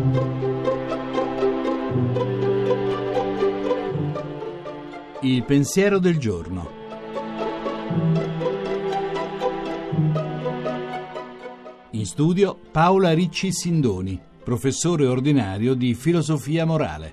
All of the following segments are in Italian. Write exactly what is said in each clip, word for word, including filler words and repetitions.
Il pensiero del giorno. In studio Paola Ricci Sindoni, professore ordinario di filosofia morale.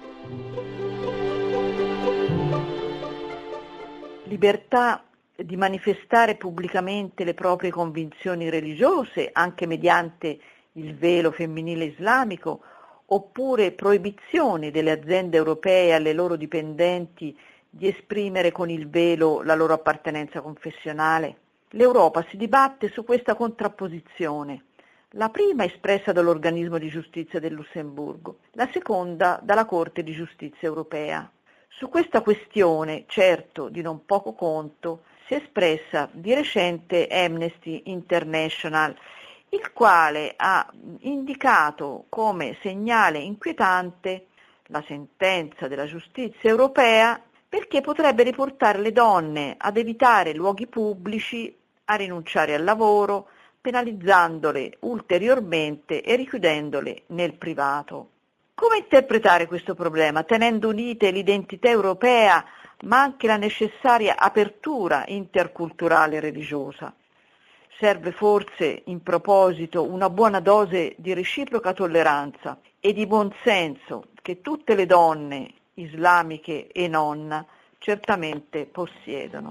Libertà di manifestare pubblicamente le proprie convinzioni religiose, anche mediante il velo femminile islamico, oppure proibizione delle aziende europee alle loro dipendenti di esprimere con il velo la loro appartenenza confessionale. L'Europa si dibatte su questa contrapposizione, la prima espressa dall'organismo di giustizia del Lussemburgo, la seconda dalla Corte di giustizia europea. Su questa questione, certo di non poco conto, si è espressa di recente Amnesty International, il quale ha indicato come segnale inquietante la sentenza della giustizia europea perché potrebbe riportare le donne ad evitare luoghi pubblici, a rinunciare al lavoro, penalizzandole ulteriormente e richiudendole nel privato. Come interpretare questo problema, tenendo unite l'identità europea ma anche la necessaria apertura interculturale e religiosa? Serve forse in proposito una buona dose di reciproca tolleranza e di buonsenso che tutte le donne, islamiche e non, certamente possiedono.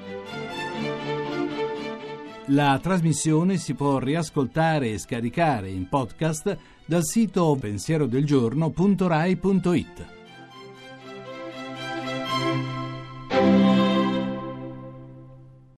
La trasmissione si può riascoltare e scaricare in podcast dal sito pensierodelgiorno punto rai punto it.